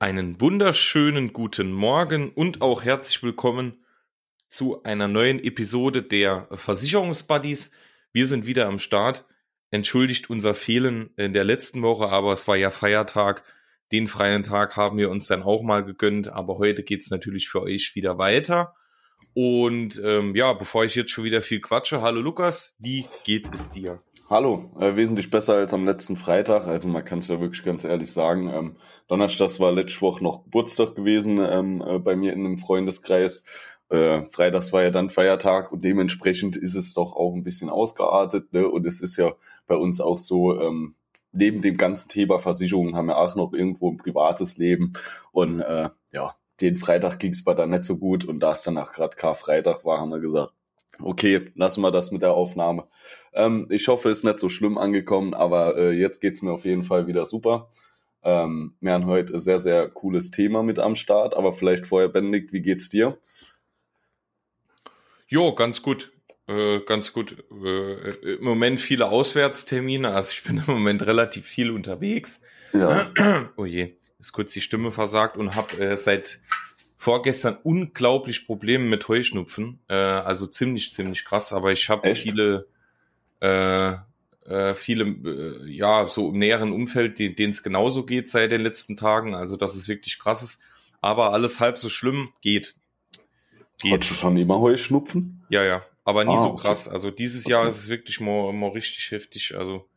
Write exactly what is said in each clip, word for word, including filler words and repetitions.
Einen wunderschönen guten Morgen und auch herzlich willkommen zu einer neuen Episode der Versicherungsbuddies. Wir sind wieder am Start. Entschuldigt unser Fehlen in der letzten Woche, aber es war ja Feiertag. Den freien Tag haben wir uns dann auch mal gegönnt, aber heute geht's natürlich für euch wieder weiter. Und ähm, ja, bevor ich jetzt schon wieder viel quatsche, hallo Lukas, wie geht es dir? Hallo, äh, wesentlich besser als am letzten Freitag, also man kann es ja wirklich ganz ehrlich sagen. Ähm, Donnerstag war letzte Woche noch Geburtstag gewesen ähm, äh, bei mir in einem Freundeskreis. Äh, Freitags war ja dann Feiertag und dementsprechend ist es doch auch ein bisschen ausgeartet, ne? Und es ist ja bei uns auch so, ähm, neben dem ganzen Thema Versicherungen haben wir auch noch irgendwo ein privates Leben und äh, ja, den Freitag ging es mir dann nicht so gut und da es danach gerade Karfreitag war, haben wir gesagt, okay, lassen wir das mit der Aufnahme. Ähm, ich hoffe, es ist nicht so schlimm angekommen, aber äh, jetzt geht's mir auf jeden Fall wieder super. Ähm, wir haben heute ein sehr, sehr cooles Thema mit am Start, aber vielleicht vorher, Benedikt, wie geht's dir? Jo, ganz gut. Äh, ganz gut. Äh, Im Moment viele Auswärtstermine, also ich bin im Moment relativ viel unterwegs. Ja, Oh je, ist kurz die Stimme versagt und habe äh, seit vorgestern unglaublich Probleme mit Heuschnupfen. Äh, also ziemlich, ziemlich krass, aber ich habe echt? viele, äh, äh, viele, äh, ja, so im näheren Umfeld, die- denen es genauso geht seit den letzten Tagen. Also das ist wirklich krass ist. Aber alles halb so schlimm geht. Hattest Geht. du schon immer Heuschnupfen? Ja, ja, aber nie Ah, so okay. krass. Also dieses Jahr Okay. ist es wirklich mal, mal richtig heftig. Also,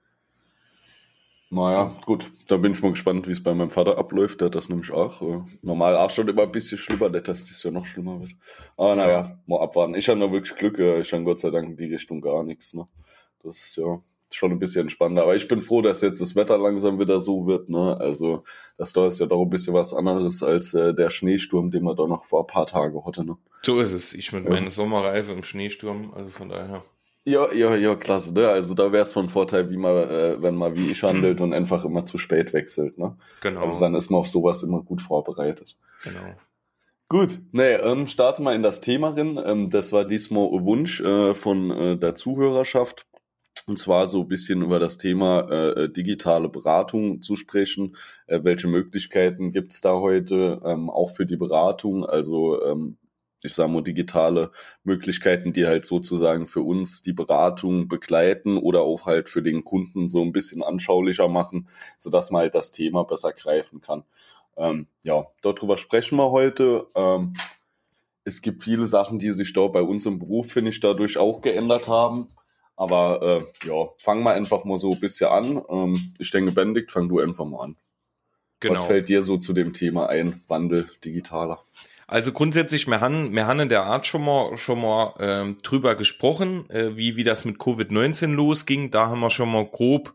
Naja, gut, da bin ich mal gespannt, wie es bei meinem Vater abläuft. Der hat das nämlich auch. Äh, normal auch schon immer ein bisschen schlimmer, nicht, dass das ja noch schlimmer wird. Aber ja. naja, mal abwarten. Ich habe noch wirklich Glück, äh, ich habe Gott sei Dank in die Richtung gar nichts. Ne? Das ist ja schon ein bisschen entspannender. Aber ich bin froh, dass jetzt das Wetter langsam wieder so wird. Ne? Also, das da ist ja doch ein bisschen was anderes als äh, der Schneesturm, den man da noch vor ein paar Tagen hatte. Ne? So ist es. Ich mit Ja. meiner Sommerreife im Schneesturm, also von daher. Ja, ja, ja, klasse, ne? Also da wäre es von Vorteil, wie man, äh, wenn man wie ich handelt und einfach immer zu spät wechselt, ne? Also Genau, dann ist man auf sowas immer gut vorbereitet. genau. Gut, nee, ähm, starten wir in das Thema rein. Ähm, das war diesmal ein Wunsch äh, von äh, der Zuhörerschaft. Und zwar so ein bisschen über das Thema äh, digitale Beratung zu sprechen. Äh, welche Möglichkeiten gibt's da heute ähm, auch für die Beratung? Also ähm, ich sage mal digitale Möglichkeiten, die halt sozusagen für uns die Beratung begleiten oder auch halt für den Kunden so ein bisschen anschaulicher machen, sodass man halt das Thema besser greifen kann. Ähm, ja, darüber sprechen wir heute. Ähm, es gibt viele Sachen, die sich dort bei uns im Beruf, finde ich, dadurch auch geändert haben. Aber äh, ja, fangen wir einfach mal so ein bisschen an. Ähm, ich denke, Benedikt, fang du einfach mal an. Was Genau. fällt dir so zu dem Thema ein, Wandel digitaler? Also grundsätzlich, wir haben, wir haben in der Art schon mal, schon mal ähm, drüber gesprochen, äh, wie, wie das mit Covid neunzehn losging. Da haben wir schon mal grob,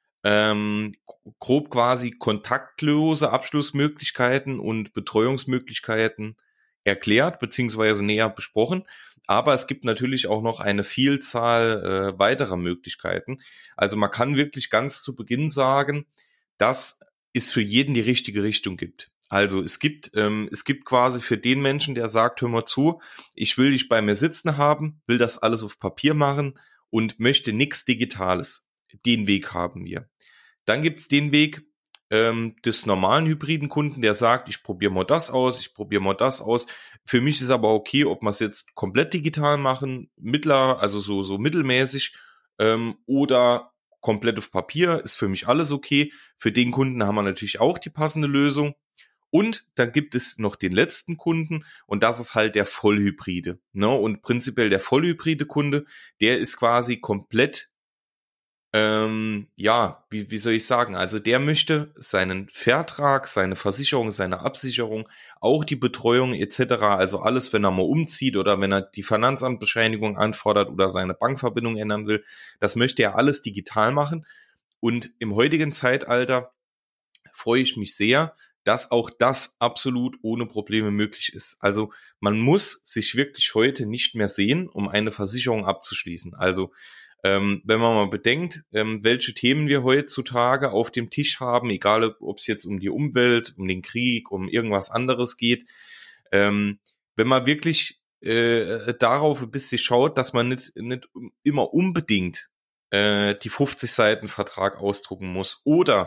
ähm, grob quasi kontaktlose Abschlussmöglichkeiten und Betreuungsmöglichkeiten erklärt, beziehungsweise näher besprochen. Aber es gibt natürlich auch noch eine Vielzahl äh, weiterer Möglichkeiten. Also man kann wirklich ganz zu Beginn sagen, dass es für jeden die richtige Richtung gibt. Also es gibt, ähm, es gibt quasi für den Menschen, der sagt, hör mal zu, ich will dich bei mir sitzen haben, will das alles auf Papier machen und möchte nichts Digitales. Den Weg haben wir. Dann gibt's den Weg ähm, des normalen hybriden Kunden, der sagt, ich probiere mal das aus, ich probiere mal das aus. Für mich ist aber okay, ob wir es jetzt komplett digital machen, mittler, also so, so mittelmäßig ähm, oder komplett auf Papier, ist für mich alles okay. Für den Kunden haben wir natürlich auch die passende Lösung. Und dann gibt es noch den letzten Kunden und das ist halt der Vollhybride. Ne? Und prinzipiell der Vollhybride Kunde, der ist quasi komplett ähm, ja, wie, wie soll ich sagen? Also der möchte seinen Vertrag, seine Versicherung, seine Absicherung, auch die Betreuung et cetera, also alles, wenn er mal umzieht oder wenn er die Finanzamtbescheinigung anfordert oder seine Bankverbindung ändern will, das möchte er alles digital machen. Und im heutigen Zeitalter freue ich mich sehr, dass auch das absolut ohne Probleme möglich ist. Also man muss sich wirklich heute nicht mehr sehen, um eine Versicherung abzuschließen. Also ähm, wenn man mal bedenkt, ähm, welche Themen wir heutzutage auf dem Tisch haben, egal ob es jetzt um die Umwelt, um den Krieg, um irgendwas anderes geht, ähm, wenn man wirklich äh, darauf ein bisschen schaut, dass man nicht, nicht immer unbedingt äh, die fünfzig Seiten Vertrag ausdrucken muss oder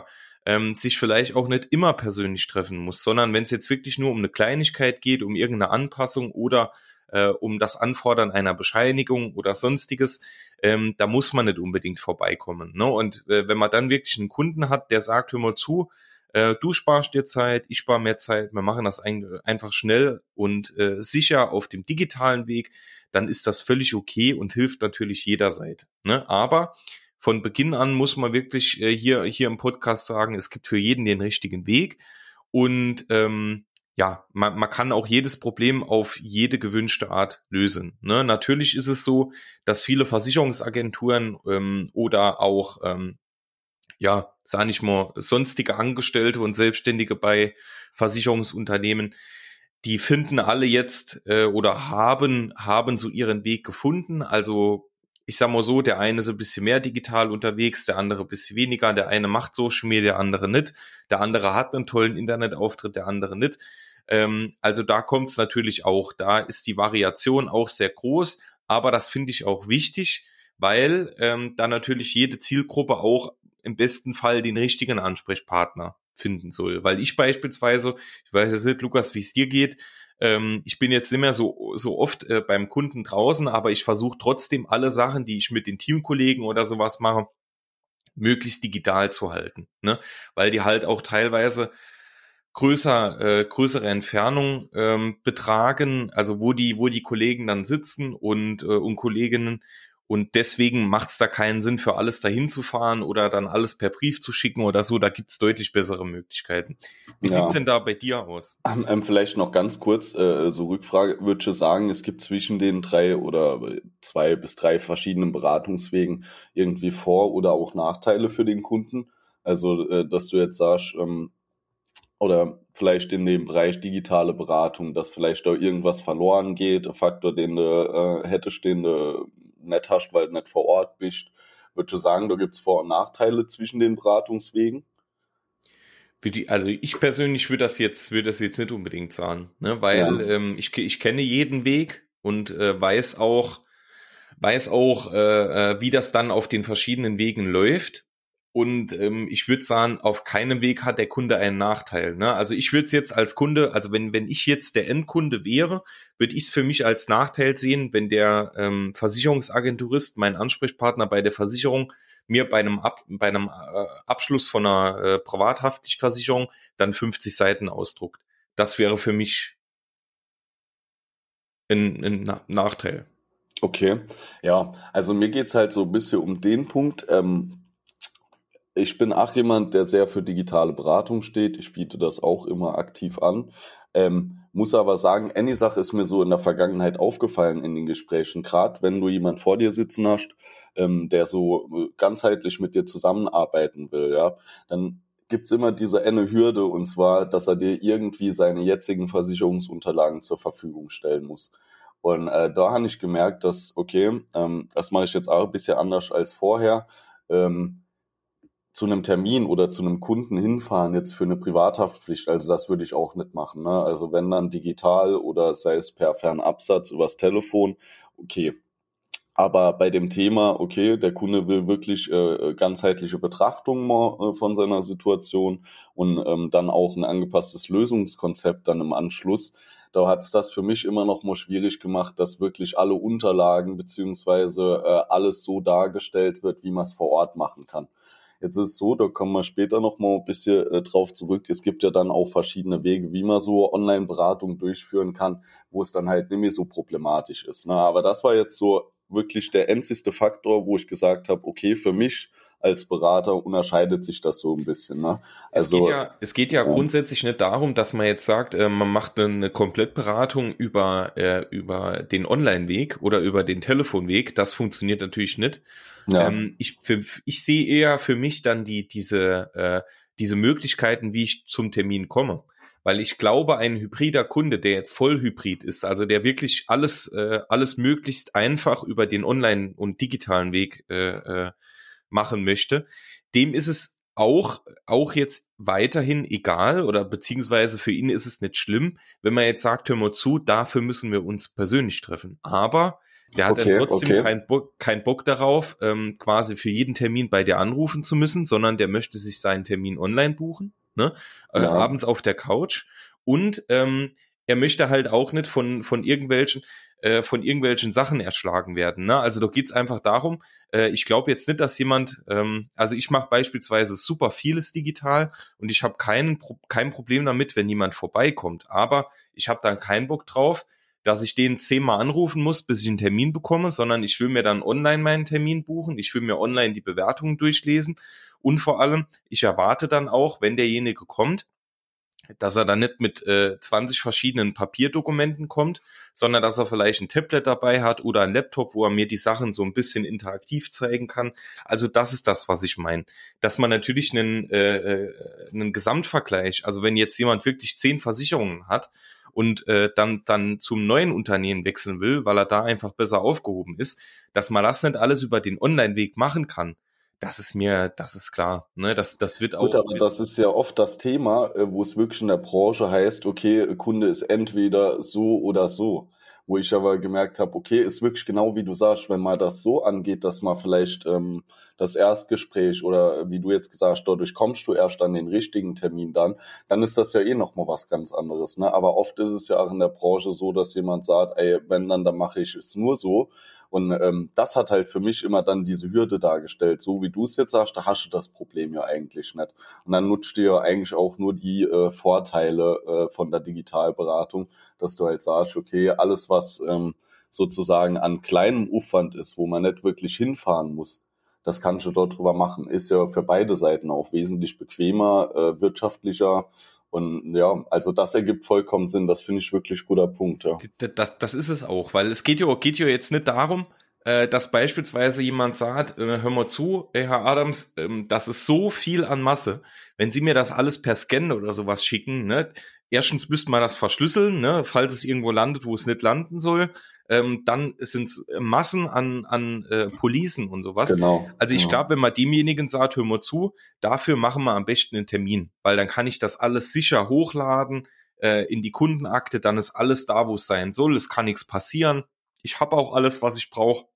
ähm, sich vielleicht auch nicht immer persönlich treffen muss, sondern wenn es jetzt wirklich nur um eine Kleinigkeit geht, um irgendeine Anpassung oder äh, um das Anfordern einer Bescheinigung oder sonstiges, ähm, da muss man nicht unbedingt vorbeikommen. Ne? Und äh, wenn man dann wirklich einen Kunden hat, der sagt, hör mal zu, äh, du sparst dir Zeit, ich spare mehr Zeit, wir machen das ein, einfach schnell und äh, sicher auf dem digitalen Weg, dann ist das völlig okay und hilft natürlich jeder Seite. Ne? Aber von Beginn an muss man wirklich äh, hier, hier im Podcast sagen, es gibt für jeden den richtigen Weg und ähm, ja, man, man kann auch jedes Problem auf jede gewünschte Art lösen. Ne? Natürlich ist es so, dass viele Versicherungsagenturen ähm, oder auch, ähm, ja, sag ich mal, sonstige Angestellte und Selbstständige bei Versicherungsunternehmen, die finden alle jetzt äh, oder haben haben so ihren Weg gefunden. Also ich sag mal so, der eine ist ein bisschen mehr digital unterwegs, der andere ein bisschen weniger. Der eine macht Social Media, der andere nicht. Der andere hat einen tollen Internetauftritt, der andere nicht. Ähm, also da kommt es natürlich auch. Da ist die Variation auch sehr groß. Aber das finde ich auch wichtig, weil ähm, da natürlich jede Zielgruppe auch im besten Fall den richtigen Ansprechpartner finden soll. Weil ich beispielsweise, ich weiß jetzt nicht, Lukas, wie es dir geht, ähm, ich bin jetzt nicht mehr so so oft äh, beim Kunden draußen, aber ich versuche trotzdem alle Sachen, die ich mit den Teamkollegen oder sowas mache, möglichst digital zu halten, ne? Weil die halt auch teilweise größer äh, größere Entfernung ähm, betragen, also wo die wo die Kollegen dann sitzen und äh, und Kolleginnen, und deswegen macht es da keinen Sinn, für alles dahin zu fahren oder dann alles per Brief zu schicken oder so. Da gibt's deutlich bessere Möglichkeiten. Wie Ja. sieht's denn da bei dir aus? Ähm, vielleicht noch ganz kurz, äh, so Rückfrage, würde ich sagen, es gibt zwischen den drei oder zwei bis drei verschiedenen Beratungswegen irgendwie Vor- oder auch Nachteile für den Kunden. Also, äh, dass du jetzt sagst, ähm, oder vielleicht in dem Bereich digitale Beratung, dass vielleicht da irgendwas verloren geht, ein Faktor, den du äh, hättest, den du nicht hast, weil du nicht vor Ort bist. Würde ich sagen, da gibt's Vor- und Nachteile zwischen den Beratungswegen? Für die, also ich persönlich würde das jetzt, würde das jetzt nicht unbedingt sagen, ne? Ja. Weil ähm, ich, ich kenne jeden Weg und äh, weiß auch, weiß auch, äh, äh, wie das dann auf den verschiedenen Wegen läuft. Und ähm, ich würde sagen, auf keinem Weg hat der Kunde einen Nachteil. Ne? Also ich würde es jetzt als Kunde, also wenn wenn ich jetzt der Endkunde wäre, würde ich es für mich als Nachteil sehen, wenn der ähm, Versicherungsagenturist, mein Ansprechpartner bei der Versicherung, mir bei einem Ab, bei einem äh, Abschluss von einer äh, Privathaftpflichtversicherung dann fünfzig Seiten ausdruckt. Das wäre für mich ein, ein Na- Nachteil. Okay, ja, also mir geht's halt so ein bisschen um den Punkt. Ähm, ich bin auch jemand, der sehr für digitale Beratung steht. Ich biete das auch immer aktiv an. Ähm, muss aber sagen, eine Sache ist mir so in der Vergangenheit aufgefallen in den Gesprächen, gerade wenn du jemand vor dir sitzen hast, ähm, der so äh, ganzheitlich mit dir zusammenarbeiten will, ja, dann gibt's immer diese eine Hürde, und zwar, dass er dir irgendwie seine jetzigen Versicherungsunterlagen zur Verfügung stellen muss. Und äh, da habe ich gemerkt, dass, okay, ähm, das mache ich jetzt auch ein bisschen anders als vorher. Ähm, zu einem Termin oder zu einem Kunden hinfahren jetzt für eine Privathaftpflicht, also das würde ich auch nicht machen. Ne? Also wenn dann digital oder sei es per Fernabsatz übers Telefon, okay. Aber bei dem Thema, okay, der Kunde will wirklich äh, ganzheitliche Betrachtung mal, äh, von seiner Situation und ähm, dann auch ein angepasstes Lösungskonzept dann im Anschluss. Da hat's das für mich immer noch mal schwierig gemacht, dass wirklich alle Unterlagen beziehungsweise äh, alles so dargestellt wird, wie man es vor Ort machen kann. Jetzt ist es so, da kommen wir später noch mal ein bisschen äh, drauf zurück. Es gibt ja dann auch verschiedene Wege, wie man so Online-Beratung durchführen kann, wo es dann halt nicht mehr so problematisch ist. Ne? Aber das war jetzt so wirklich der einzigste Faktor, wo ich gesagt habe, okay, für mich als Berater unterscheidet sich das so ein bisschen. Ne? Es geht Also ja, es geht ja ja, grundsätzlich nicht darum, dass man jetzt sagt, äh, man macht eine, eine Komplettberatung über, äh, über den Online-Weg oder über den Telefonweg. Das funktioniert natürlich nicht. ja, Ähm, ich, für, ich sehe eher für mich dann die, diese, äh, diese Möglichkeiten, wie ich zum Termin komme. Weil ich glaube, ein hybrider Kunde, der jetzt voll hybrid ist, also der wirklich alles, äh, alles möglichst einfach über den Online- und digitalen Weg äh, äh, machen möchte, dem ist es auch, auch jetzt weiterhin egal oder beziehungsweise für ihn ist es nicht schlimm, wenn man jetzt sagt, hör mal zu, dafür müssen wir uns persönlich treffen. Aber Der hat dann Okay, trotzdem okay. keinen Bock, keinen Bock darauf, ähm, quasi für jeden Termin bei dir anrufen zu müssen, sondern der möchte sich seinen Termin online buchen, ne? Äh, Ja. abends auf der Couch. Und ähm, er möchte halt auch nicht von von irgendwelchen äh, von irgendwelchen Sachen erschlagen werden, ne? Also da geht's einfach darum, äh, ich glaube jetzt nicht, dass jemand, ähm, also ich mache beispielsweise super vieles digital und ich habe keinen Pro- kein Problem damit, wenn jemand vorbeikommt, aber ich habe dann keinen Bock drauf, dass ich den zehnmal anrufen muss, bis ich einen Termin bekomme, sondern ich will mir dann online meinen Termin buchen, ich will mir online die Bewertungen durchlesen und vor allem, ich erwarte dann auch, wenn derjenige kommt, dass er dann nicht mit äh, zwanzig verschiedenen Papierdokumenten kommt, sondern dass er vielleicht ein Tablet dabei hat oder ein Laptop, wo er mir die Sachen so ein bisschen interaktiv zeigen kann. Also das ist das, was ich meine. Dass man natürlich einen, äh, äh, einen Gesamtvergleich, also wenn jetzt jemand wirklich zehn Versicherungen hat und äh, dann, dann zum neuen Unternehmen wechseln will, weil er da einfach besser aufgehoben ist, dass man das nicht alles über den Online-Weg machen kann. Das ist mir, das ist klar, ne, das, das wird Gut, auch, aber das ist ja oft das Thema, äh, wo es wirklich in der Branche heißt, okay, Kunde ist entweder so oder so. Wo ich aber gemerkt habe, okay, ist wirklich genau wie du sagst, wenn man das so angeht, dass man vielleicht ähm, das Erstgespräch oder wie du jetzt gesagt hast, dadurch kommst du erst an den richtigen Termin dann, dann ist das ja eh nochmal was ganz anderes. Ne? Aber oft ist es ja auch in der Branche so, dass jemand sagt, ey, wenn dann, dann mache ich es nur so. Und ähm, das hat halt für mich immer dann diese Hürde dargestellt. So wie du es jetzt sagst, da hast du das Problem ja eigentlich nicht. Und dann nutzt dir ja eigentlich auch nur die äh, Vorteile äh, von der Digitalberatung, dass du halt sagst, okay, alles, was ähm, sozusagen an kleinem Aufwand ist, wo man nicht wirklich hinfahren muss, das kannst du dort drüber machen. Ist ja für beide Seiten auch wesentlich bequemer, äh, wirtschaftlicher. Und ja, also das ergibt vollkommen Sinn. Das finde ich wirklich guter Punkt, ja. Das, das ist es auch, weil es geht ja, geht ja jetzt nicht darum, äh, dass beispielsweise jemand sagt, äh, hör mal zu, ey, Herr Adams, ähm, das ist so viel an Masse. Wenn Sie mir das alles per Scan oder sowas schicken, ne, erstens müsste man das verschlüsseln, ne, falls es irgendwo landet, wo es nicht landen soll. Ähm, dann sind es Massen an, an äh, Policen und sowas. Genau, Also ich genau. glaube, wenn man demjenigen sagt, hör mal zu, dafür machen wir am besten einen Termin, weil dann kann ich das alles sicher hochladen äh, in die Kundenakte, dann ist alles da, wo es sein soll, es kann nichts passieren. Ich habe auch alles, was ich brauche.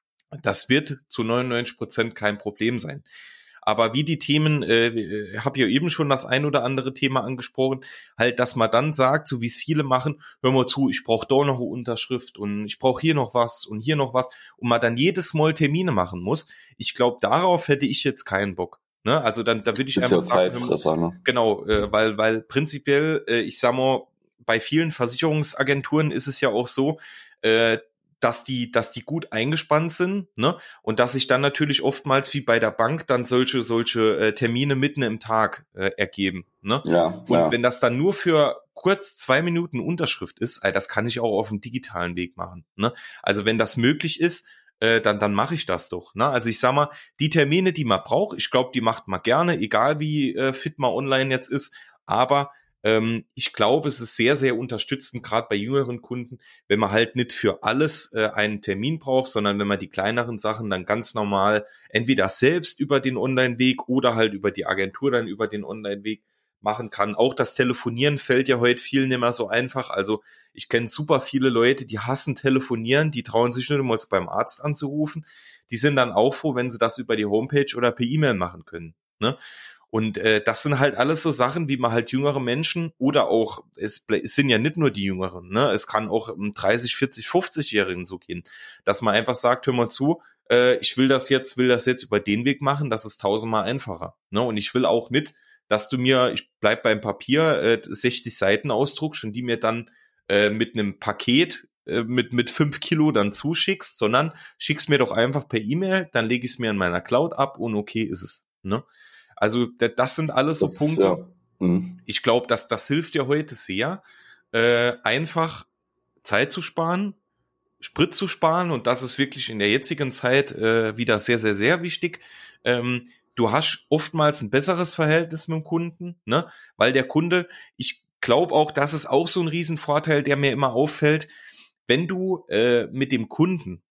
Das wird zu neunundneunzig Prozent kein Problem sein. Aber wie die Themen, äh, habe ja eben schon das ein oder andere Thema angesprochen, halt, dass man dann sagt, so wie es viele machen, hör mal zu, ich brauche da noch eine Unterschrift und ich brauche hier noch was und hier noch was und man dann jedes Mal Termine machen muss. Ich glaube, darauf hätte ich jetzt keinen Bock. Ne? Also dann, da würde ich Ist einfach ja sagen, hör mal, Zeitfresser, ne? genau, äh, weil, weil prinzipiell, äh, ich sag mal, bei vielen Versicherungsagenturen ist es ja auch so, äh, dass die, dass die gut eingespannt sind, ne? Und dass sich dann natürlich oftmals wie bei der Bank dann solche, solche äh, Termine mitten im Tag äh, ergeben, ne? Ja, Und ja. wenn das dann nur für kurz zwei Minuten Unterschrift ist, ey, das kann ich auch auf dem digitalen Weg machen, ne? Also wenn das möglich ist, äh, dann, dann mache ich das doch, ne? Also ich sag mal, die Termine, die man braucht, ich glaube, die macht man gerne, egal wie äh, fit man online jetzt ist, aber ähm, ich glaube, es ist sehr, sehr unterstützend, gerade bei jüngeren Kunden, wenn man halt nicht für alles äh, einen Termin braucht, sondern wenn man die kleineren Sachen dann ganz normal entweder selbst über den Online-Weg oder halt über die Agentur dann über den Online-Weg machen kann. Auch das Telefonieren fällt ja heute vielen nicht mehr so einfach. Also ich kenne super viele Leute, die hassen Telefonieren, die trauen sich nicht mal beim Arzt anzurufen. Die sind dann auch froh, wenn sie das über die Homepage oder per E-Mail machen können. Ne? Und äh, das sind halt alles so Sachen, wie man halt jüngere Menschen oder auch, es, es sind ja nicht nur die Jüngeren, ne? Es kann auch um dreißig, vierzig, fünfzig-Jährigen so gehen, dass man einfach sagt, hör mal zu, äh, ich will das jetzt, will das jetzt über den Weg machen, das ist tausendmal einfacher. Ne? Und ich will auch nicht, dass du mir, ich bleib beim Papier, äh, sechzig Seiten ausdruckst und die mir dann äh, mit einem Paket äh, mit mit fünf Kilo dann zuschickst, sondern schickst mir doch einfach per E-Mail, dann lege ich es mir in meiner Cloud ab und okay ist es. Ne? Also d- das sind alles so Das, ja. Punkte. Mhm. Ich glaube, dass das hilft dir heute sehr, äh, einfach Zeit zu sparen, Sprit zu sparen und das ist wirklich in der jetzigen Zeit äh, wieder sehr, sehr, sehr wichtig. Ähm, du hast oftmals ein besseres Verhältnis mit dem Kunden, ne? Weil der Kunde, ich glaube auch, das ist auch so ein Riesenvorteil, der mir immer auffällt, wenn du äh, mit dem Kunden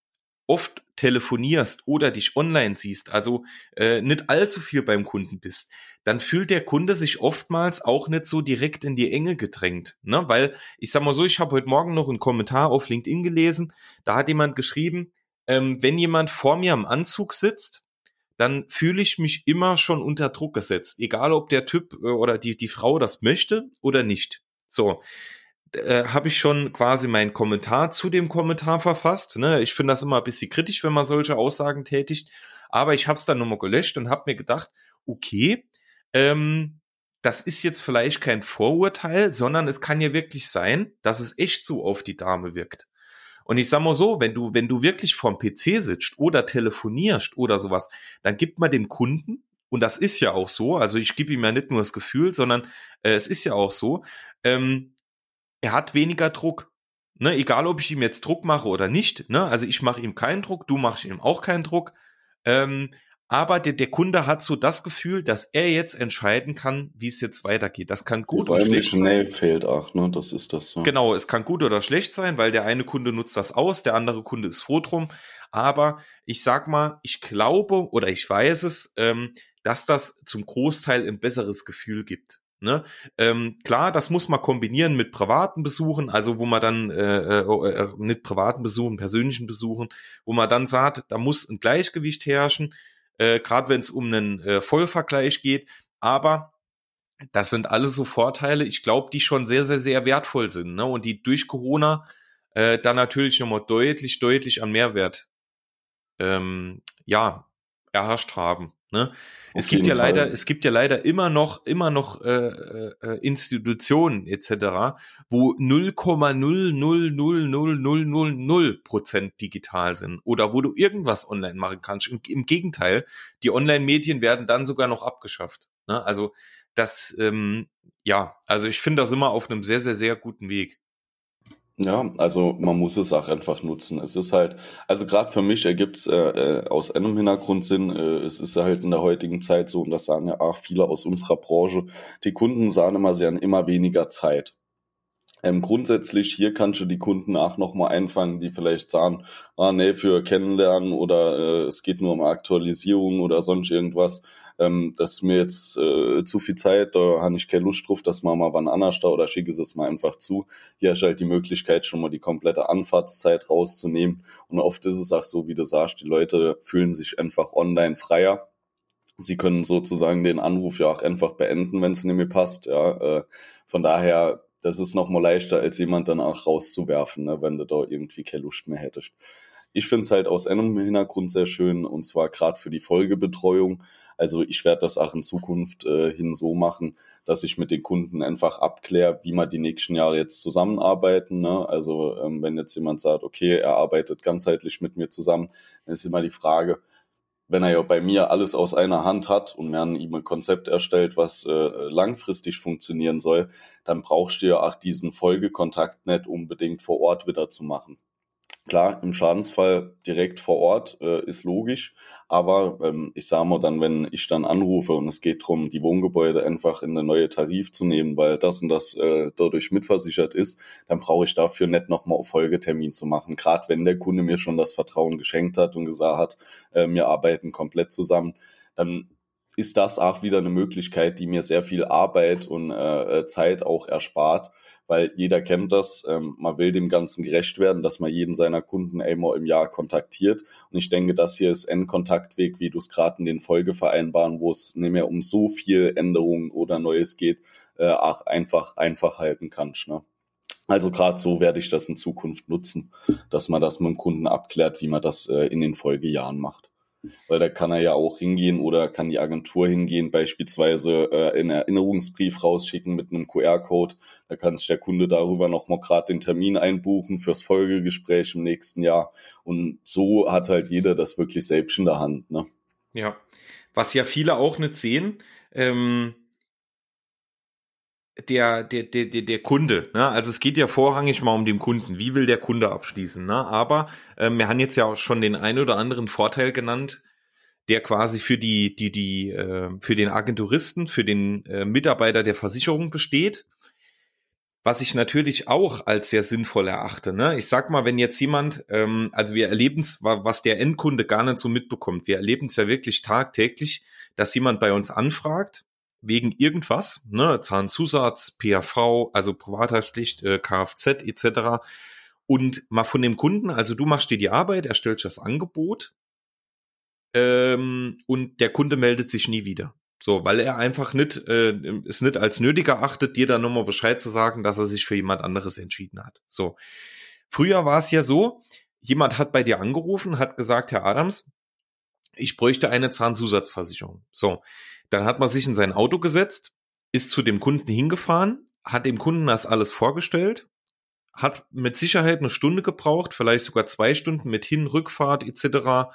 oft telefonierst oder dich online siehst, also äh, nicht allzu viel beim Kunden bist, dann fühlt der Kunde sich oftmals auch nicht so direkt in die Enge gedrängt, ne? Weil, ich sag mal so, ich habe heute Morgen noch einen Kommentar auf LinkedIn gelesen, da hat jemand geschrieben, ähm, wenn jemand vor mir im Anzug sitzt, dann fühle ich mich immer schon unter Druck gesetzt, egal ob der Typ äh, oder die, die Frau das möchte oder nicht. So, äh, habe ich schon quasi meinen Kommentar zu dem Kommentar verfasst. Ne? Ich finde das immer ein bisschen kritisch, wenn man solche Aussagen tätigt, aber ich habe es dann nochmal gelöscht und habe mir gedacht, okay, ähm, das ist jetzt vielleicht kein Vorurteil, sondern es kann ja wirklich sein, dass es echt so auf die Dame wirkt. Und ich sag mal so, wenn du, wenn du wirklich vorm P C sitzt oder telefonierst oder sowas, dann gibt man dem Kunden, und das ist ja auch so, also ich gebe ihm ja nicht nur das Gefühl, sondern äh, es ist ja auch so, ähm, er hat weniger Druck. Ne, egal, ob ich ihm jetzt Druck mache oder nicht. Ne, also ich mache ihm keinen Druck, du machst ihm auch keinen Druck. Ähm, aber der, der Kunde hat so das Gefühl, dass er jetzt entscheiden kann, wie es jetzt weitergeht. Das kann Die gut und schlecht räumliche sein. Nähe fehlt auch, ne? Das ist das, ja. Genau, es kann gut oder schlecht sein, weil der eine Kunde nutzt das aus, der andere Kunde ist froh drum. Aber ich sag mal, ich glaube oder ich weiß es, ähm, dass das zum Großteil ein besseres Gefühl gibt. Ne? Ähm, klar, das muss man kombinieren mit privaten Besuchen, also wo man dann äh, äh, äh, nicht privaten Besuchen, persönlichen Besuchen, wo man dann sagt, da muss ein Gleichgewicht herrschen, äh, gerade wenn es um einen äh, Vollvergleich geht. Aber das sind alles so Vorteile, ich glaube, die schon sehr, sehr, sehr wertvoll sind, ne? Und die durch Corona äh, dann natürlich nochmal deutlich, deutlich an Mehrwert ähm, ja, erhascht haben. Ne? Es Auf gibt jeden ja leider, Fall. es gibt ja leider immer noch, immer noch äh, äh, Institutionen et cetera, wo null Komma null null null null null null null Prozent digital sind oder wo du irgendwas online machen kannst. Im, im Gegenteil, die Online-Medien werden dann sogar noch abgeschafft. Ne? Also das, ähm, ja, also ich finde das immer auf einem sehr, sehr, sehr guten Weg. Ja, also man muss es auch einfach nutzen. Es ist halt, also gerade für mich ergibt es äh, äh, aus einem Hintergrund Sinn, äh, es ist halt in der heutigen Zeit so, und das sagen ja auch viele aus unserer Branche, die Kunden sagen immer, sie haben immer weniger Zeit. Ähm, grundsätzlich, hier kannst du die Kunden auch nochmal einfangen, die vielleicht sagen, ah nee, für Kennenlernen oder äh, es geht nur um Aktualisierung oder sonst irgendwas. Ähm, das ist mir jetzt äh, zu viel Zeit, da habe ich keine Lust drauf, das machen wir mal wann anders da oder schicke es mal einfach zu. Hier ist halt die Möglichkeit, schon mal die komplette Anfahrtszeit rauszunehmen. Und oft ist es auch so, wie du sagst, die Leute fühlen sich einfach online freier. Sie können sozusagen den Anruf ja auch einfach beenden, wenn es nicht mehr passt. Ja, äh, von daher, das ist noch mal leichter, als jemand dann auch rauszuwerfen, ne, wenn du da irgendwie keine Lust mehr hättest. Ich finde es halt aus einem Hintergrund sehr schön, und zwar gerade für die Folgebetreuung. Also ich werde das auch in Zukunft äh, hin so machen, dass ich mit den Kunden einfach abkläre, wie wir die nächsten Jahre jetzt zusammenarbeiten. Ne? Also ähm, wenn jetzt jemand sagt, okay, er arbeitet ganzheitlich mit mir zusammen, dann ist immer die Frage, wenn er ja bei mir alles aus einer Hand hat und wir haben ihm ein Konzept erstellt, was äh, langfristig funktionieren soll, dann brauchst du ja auch diesen Folgekontakt nicht unbedingt vor Ort wieder zu machen. Klar, im Schadensfall direkt vor Ort äh, ist logisch, aber ähm, ich sage mal dann, wenn ich dann anrufe und es geht darum, die Wohngebäude einfach in eine neue Tarif zu nehmen, weil das und das äh, dadurch mitversichert ist, dann brauche ich dafür nicht nochmal auf Folgetermin zu machen. Gerade wenn der Kunde mir schon das Vertrauen geschenkt hat und gesagt hat, äh, wir arbeiten komplett zusammen, dann ist das auch wieder eine Möglichkeit, die mir sehr viel Arbeit und äh, Zeit auch erspart, weil jeder kennt das, ähm, man will dem Ganzen gerecht werden, dass man jeden seiner Kunden einmal im Jahr kontaktiert, und ich denke, das hier ist ein Kontaktweg, wie du es gerade in den Folgevereinbaren, wo es nicht mehr um so viel Änderungen oder Neues geht, äh, auch einfach einfach halten kannst, ne? Also gerade so werde ich das in Zukunft nutzen, dass man das mit dem Kunden abklärt, wie man das äh, in den Folgejahren macht. Weil da kann er ja auch hingehen oder kann die Agentur hingehen, beispielsweise äh, einen Erinnerungsbrief rausschicken mit einem Q R-Code. Da kann sich der Kunde darüber nochmal gerade den Termin einbuchen fürs Folgegespräch im nächsten Jahr. Und so hat halt jeder das wirklich selbst in der Hand, ne? Ja, was ja viele auch nicht sehen, ähm, der, der, der, der, der Kunde, ne? Also es geht ja vorrangig mal um den Kunden. Wie will der Kunde abschließen, ne? Aber ähm, wir haben jetzt ja auch schon den ein oder anderen Vorteil genannt, der quasi für die, die, die, äh, für den Agenturisten, für den äh, Mitarbeiter der Versicherung besteht. was ich natürlich auch als sehr sinnvoll erachte. Ne? Ich sag mal, wenn jetzt jemand, ähm, also wir erleben es, was der Endkunde gar nicht so mitbekommt. Wir erleben es ja wirklich tagtäglich, dass jemand bei uns anfragt, wegen irgendwas, ne, Zahnzusatz, P A V, also Privathaftpflicht, äh, Kfz et cetera. Und mal von dem Kunden, also du machst dir die Arbeit, erstellst das Angebot ähm, und der Kunde meldet sich nie wieder. So, weil er einfach nicht, äh, es nicht als nötig erachtet, dir dann nochmal Bescheid zu sagen, dass er sich für jemand anderes entschieden hat. So. Früher war es ja so, jemand hat bei dir angerufen, hat gesagt, Herr Adams, ich bräuchte eine Zahnzusatzversicherung. So. Dann hat man sich in sein Auto gesetzt, ist zu dem Kunden hingefahren, hat dem Kunden das alles vorgestellt, hat mit Sicherheit eine Stunde gebraucht, vielleicht sogar zwei Stunden mit Hin-, Rückfahrt et cetera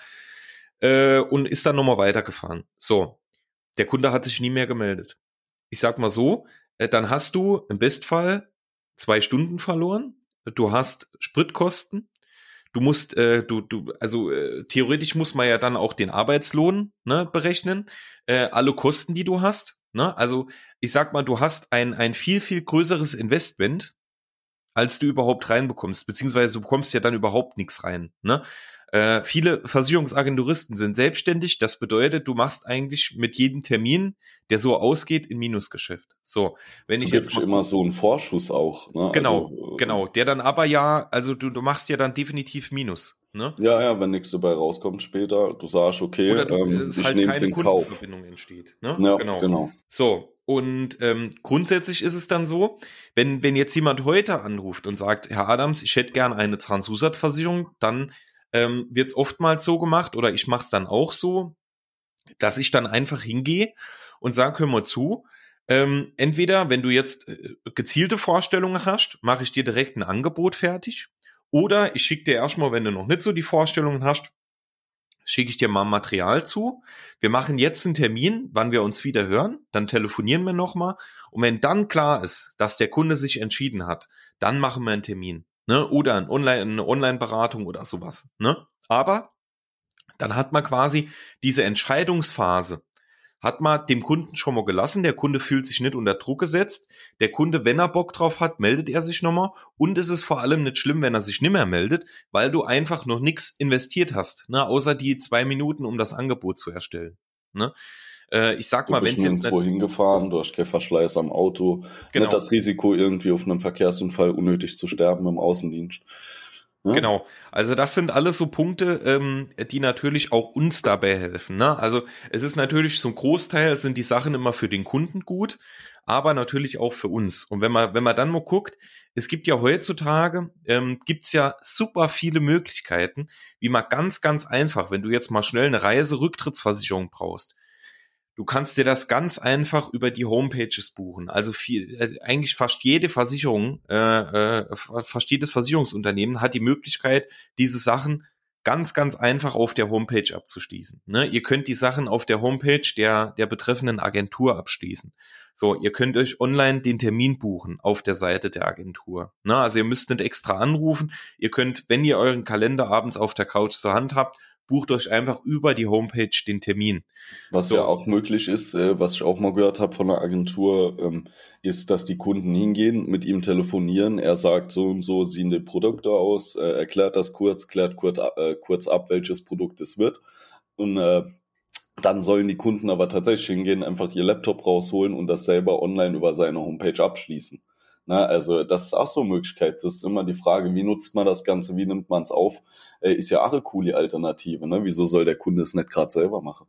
äh, und ist dann nochmal weitergefahren. So. Der Kunde hat sich nie mehr gemeldet. Ich sag mal so, äh, dann hast du im Bestfall zwei Stunden verloren. Du hast Spritkosten. Du musst, äh, du, du, also äh, theoretisch muss man ja dann auch den Arbeitslohn, ne, berechnen, äh, alle Kosten, die du hast. Ne? Also ich sag mal, du hast ein ein viel viel größeres Investment, als du überhaupt reinbekommst, beziehungsweise du bekommst ja dann überhaupt nichts rein. Ne? Äh, viele Versicherungsagenturisten sind selbstständig. Das bedeutet, du machst eigentlich mit jedem Termin, der so ausgeht, ein Minusgeschäft. So, wenn ich Du jetzt gibst mal immer so einen Vorschuss auch. Ne? genau, Also, genau, der dann aber ja, also du, du machst ja dann definitiv Minus. Ne? ja, ja, wenn nichts dabei rauskommt später, du sagst, okay, Oder du, ähm, es ich halt nehme es keine in Kauf. Kundenverbindung entsteht. Ne? Ja, Genau. genau. So, und ähm, grundsätzlich ist es dann so, wenn, wenn jetzt jemand heute anruft und sagt, Herr Adams, ich hätte gern eine Zahnzusatzversicherung, dann ähm, wird es oftmals so gemacht, oder ich mache es dann auch so, dass ich dann einfach hingehe und sage, hör mal zu, ähm, entweder, wenn du jetzt äh, gezielte Vorstellungen hast, mache ich dir direkt ein Angebot fertig, oder ich schicke dir erstmal, wenn du noch nicht so die Vorstellungen hast, schicke ich dir mal Material zu. Wir machen jetzt einen Termin, wann wir uns wieder hören, dann telefonieren wir nochmal, und wenn dann klar ist, dass der Kunde sich entschieden hat, dann machen wir einen Termin, ne? Oder ein Online, eine Online-Beratung oder sowas. Ne? Aber dann hat man quasi diese Entscheidungsphase, hat man dem Kunden schon mal gelassen. Der Kunde fühlt sich nicht unter Druck gesetzt. Der Kunde, wenn er Bock drauf hat, meldet er sich nochmal. Und es ist vor allem nicht schlimm, wenn er sich nicht mehr meldet, weil du einfach noch nichts investiert hast, ne? Außer die zwei Minuten, um das Angebot zu erstellen. Ne? Äh, ich sag Du mal, wenn bist es jetzt nicht... nirgendwo hingefahren, du hast keinen Verschleiß am Auto, Genau. nicht das Risiko, irgendwie auf einem Verkehrsunfall unnötig zu sterben im Außendienst. Ja? Genau, also das sind alles so Punkte, ähm, die natürlich auch uns dabei helfen. Ne? Also es ist natürlich so ein Großteil, sind die Sachen immer für den Kunden gut, aber natürlich auch für uns. Und wenn man wenn man dann mal guckt, es gibt ja heutzutage, ähm, gibt's ja super viele Möglichkeiten, wie man ganz, ganz einfach, wenn du jetzt mal schnell eine Reiserücktrittsversicherung brauchst, du kannst dir das ganz einfach über die Homepages buchen. Also viel, also eigentlich fast jede Versicherung, äh, äh, fast jedes Versicherungsunternehmen hat die Möglichkeit, diese Sachen ganz, ganz einfach auf der Homepage abzuschließen. Ne? Ihr könnt die Sachen auf der Homepage der, der betreffenden Agentur abschließen. So, ihr könnt euch online den Termin buchen auf der Seite der Agentur. Ne? Also ihr müsst nicht extra anrufen. Ihr könnt, wenn ihr euren Kalender abends auf der Couch zur Hand habt, bucht euch einfach über die Homepage den Termin. Was So. ja auch möglich ist, äh, was ich auch mal gehört habe von der Agentur, ähm, ist, dass die Kunden hingehen, mit ihm telefonieren. Er sagt, so und so sehen die Produkte aus, äh, erklärt das kurz, klärt kurz, äh, kurz ab, welches Produkt es wird. Und äh, dann sollen die Kunden aber tatsächlich hingehen, einfach ihr Laptop rausholen und das selber online über seine Homepage abschließen. Na, also das ist auch so eine Möglichkeit. Das ist immer die Frage, wie nutzt man das Ganze, wie nimmt man es auf? Äh, ist ja auch eine coole Alternative. Ne? Wieso soll der Kunde es nicht gerade selber machen?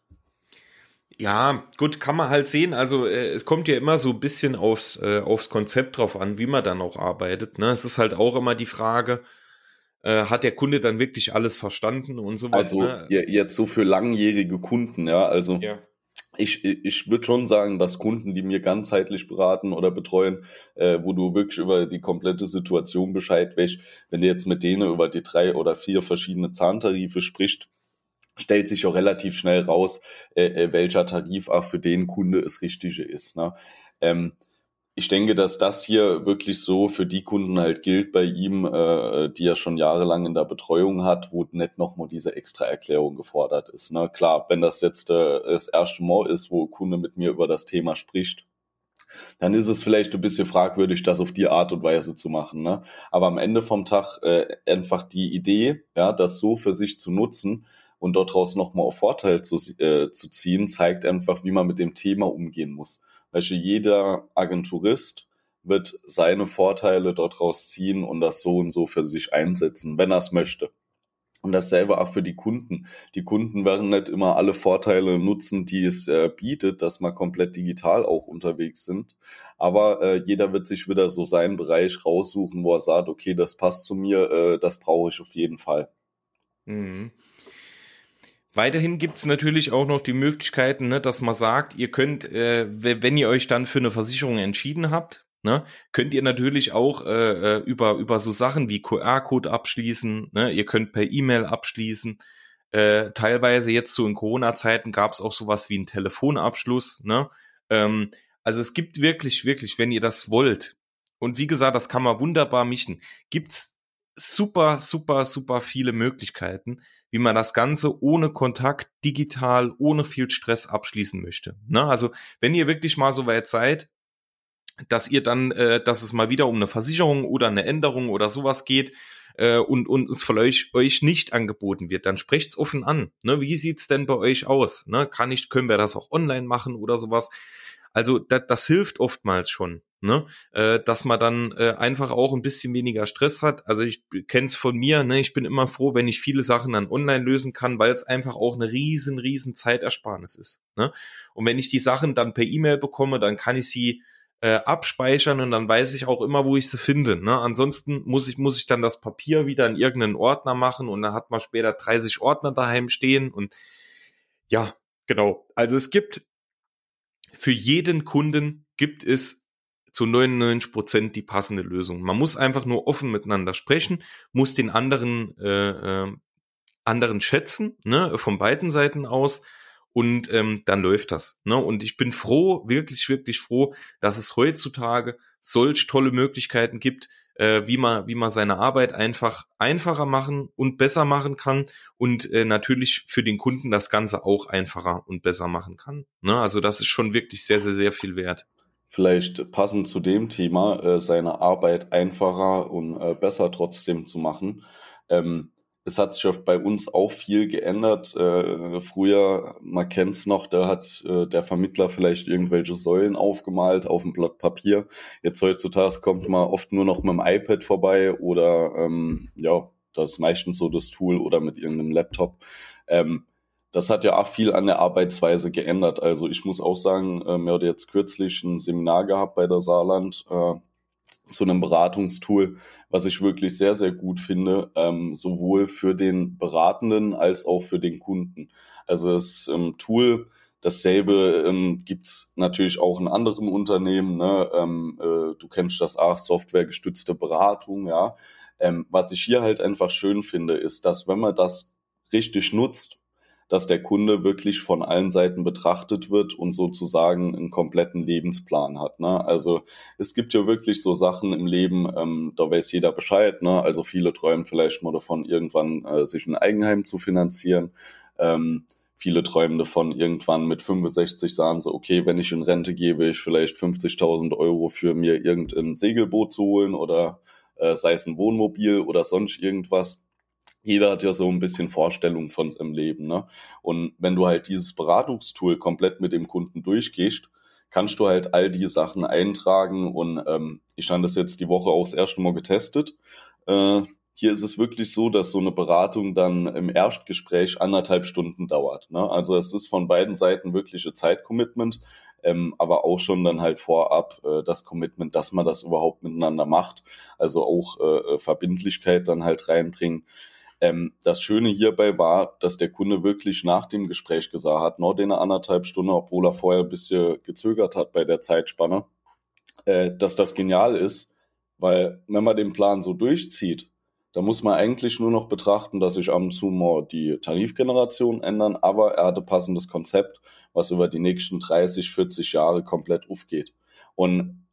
Ja, gut, kann man halt sehen. Also äh, es kommt ja immer so ein bisschen aufs, äh, aufs Konzept drauf an, wie man dann auch arbeitet. Ne? Es ist halt auch immer die Frage, äh, hat der Kunde dann wirklich alles verstanden und sowas. Also Ne? je- jetzt so für langjährige Kunden, ja, also Ja. ich, ich würde schon sagen, dass Kunden, die mir ganzheitlich beraten oder betreuen, äh, wo du wirklich über die komplette Situation Bescheid weißt, wenn du jetzt mit denen über die drei oder vier verschiedene Zahntarife sprichst, stellt sich auch relativ schnell raus, äh, äh, welcher Tarif auch für den Kunde das Richtige ist. Ne? Ähm, ich denke, dass das hier wirklich so für die Kunden halt gilt bei ihm, äh, die er schon jahrelang in der Betreuung hat, wo nicht nochmal diese extra Erklärung gefordert ist. Ne? Klar, wenn das jetzt äh, das erste Mal ist, wo ein Kunde mit mir über das Thema spricht, dann ist es vielleicht ein bisschen fragwürdig, das auf die Art und Weise zu machen. Ne? Aber am Ende vom Tag äh, einfach die Idee, ja, das so für sich zu nutzen und dort draus nochmal auf Vorteil zu, äh, zu ziehen, zeigt einfach, wie man mit dem Thema umgehen muss. Weißt du, jeder Agenturist wird seine Vorteile dort rausziehen und das so und so für sich einsetzen, wenn er es möchte. Und dasselbe auch für die Kunden. Die Kunden werden nicht immer alle Vorteile nutzen, die es äh, bietet, dass wir komplett digital auch unterwegs sind. Aber äh, jeder wird sich wieder so seinen Bereich raussuchen, wo er sagt, okay, das passt zu mir, äh, das brauche ich auf jeden Fall. Mhm. Weiterhin gibt es natürlich auch noch die Möglichkeiten, ne, dass man sagt, ihr könnt, äh, wenn ihr euch dann für eine Versicherung entschieden habt, ne, könnt ihr natürlich auch äh, über über so Sachen wie Q R-Code abschließen, ne, ihr könnt per E-Mail abschließen. Äh, teilweise jetzt so in Corona-Zeiten gab es auch sowas wie einen Telefonabschluss. Ne? Ähm, also es gibt wirklich, wirklich, wenn ihr das wollt, und wie gesagt, das kann man wunderbar mischen, gibt's super, super, super viele Möglichkeiten, wie man das Ganze ohne Kontakt, digital, ohne viel Stress abschließen möchte. Ne? Also wenn ihr wirklich mal so weit seid, dass ihr dann, äh, dass es mal wieder um eine Versicherung oder eine Änderung oder sowas geht äh, und und es von euch euch nicht angeboten wird, dann sprecht's offen an. Ne? Wie sieht's denn bei euch aus? Ne? Kann ich, können wir das auch online machen oder sowas? Also das, das hilft oftmals schon, ne? äh, dass man dann äh, einfach auch ein bisschen weniger Stress hat. Also ich kenne es von mir, ne? Ich bin immer froh, wenn ich viele Sachen dann online lösen kann, weil es einfach auch eine riesen, riesen Zeitersparnis ist. Ne? Und wenn ich die Sachen dann per E-Mail bekomme, dann kann ich sie äh, abspeichern und dann weiß ich auch immer, wo ich sie finde. Ne? Ansonsten muss ich, muss ich dann das Papier wieder in irgendeinen Ordner machen und dann hat man später dreißig Ordner daheim stehen und ja, genau. Also es gibt für jeden Kunden gibt es zu neunundneunzig Prozent die passende Lösung. Man muss einfach nur offen miteinander sprechen, muss den anderen äh, äh, anderen schätzen, ne, von beiden Seiten aus. Und ähm, dann läuft das. Ne? Und ich bin froh, wirklich, wirklich froh, dass es heutzutage solch tolle Möglichkeiten gibt, äh, wie man, wie man seine Arbeit einfach einfacher machen und besser machen kann und äh, natürlich für den Kunden das Ganze auch einfacher und besser machen kann. Ne? Also das ist schon wirklich sehr, sehr, sehr viel wert. Vielleicht passend zu dem Thema, äh, seine Arbeit einfacher und äh, besser trotzdem zu machen. Ähm, es hat sich bei uns auch viel geändert. Äh, früher, man kennt es noch, da hat äh, der Vermittler vielleicht irgendwelche Säulen aufgemalt auf dem Blatt Papier. Jetzt heutzutage kommt man oft nur noch mit dem iPad vorbei oder ähm, ja, das ist meistens so das Tool oder mit irgendeinem Laptop. Ähm, Das hat ja auch viel an der Arbeitsweise geändert. Also ich muss auch sagen, äh, mir hat jetzt kürzlich ein Seminar gehabt bei der Saarland äh, zu einem Beratungstool, was ich wirklich sehr, sehr gut finde, ähm, sowohl für den Beratenden als auch für den Kunden. Also das ähm, Tool, dasselbe ähm, gibt's natürlich auch in anderen Unternehmen. Ne? Ähm, äh, du kennst das auch, softwaregestützte Beratung. Ja. Ähm, was ich hier halt einfach schön finde, ist, dass wenn man das richtig nutzt, dass der Kunde wirklich von allen Seiten betrachtet wird und sozusagen einen kompletten Lebensplan hat. Ne? Also es gibt ja wirklich so Sachen im Leben, ähm, da weiß jeder Bescheid. Ne? Also viele träumen vielleicht mal davon, irgendwann äh, sich ein Eigenheim zu finanzieren. Ähm, viele träumen davon, irgendwann mit fünfundsechzig sagen sie, okay, wenn ich in Rente gehe, will ich vielleicht fünfzigtausend Euro für mir irgendein Segelboot zu holen oder äh, sei es ein Wohnmobil oder sonst irgendwas. Jeder hat ja so ein bisschen Vorstellung von seinem Leben, ne? Und wenn du halt dieses Beratungstool komplett mit dem Kunden durchgehst, kannst du halt all die Sachen eintragen und ähm, ich habe das jetzt die Woche auch das erste Mal getestet. Äh, hier ist es wirklich so, dass so eine Beratung dann im Erstgespräch anderthalb Stunden dauert, ne? Also es ist von beiden Seiten wirkliche Zeitcommitment, ähm, aber auch schon dann halt vorab äh, das Commitment, dass man das überhaupt miteinander macht, also auch äh, Verbindlichkeit dann halt reinbringen. Ähm, das Schöne hierbei war, dass der Kunde wirklich nach dem Gespräch gesagt hat, nur den anderthalb Stunden, obwohl er vorher ein bisschen gezögert hat bei der Zeitspanne, äh, dass das genial ist, weil wenn man den Plan so durchzieht, da muss man eigentlich nur noch betrachten, dass sich ab und zu mal die Tarifgeneration ändern, aber er hatte passendes Konzept, was über die nächsten dreißig, vierzig Jahre komplett aufgeht. Und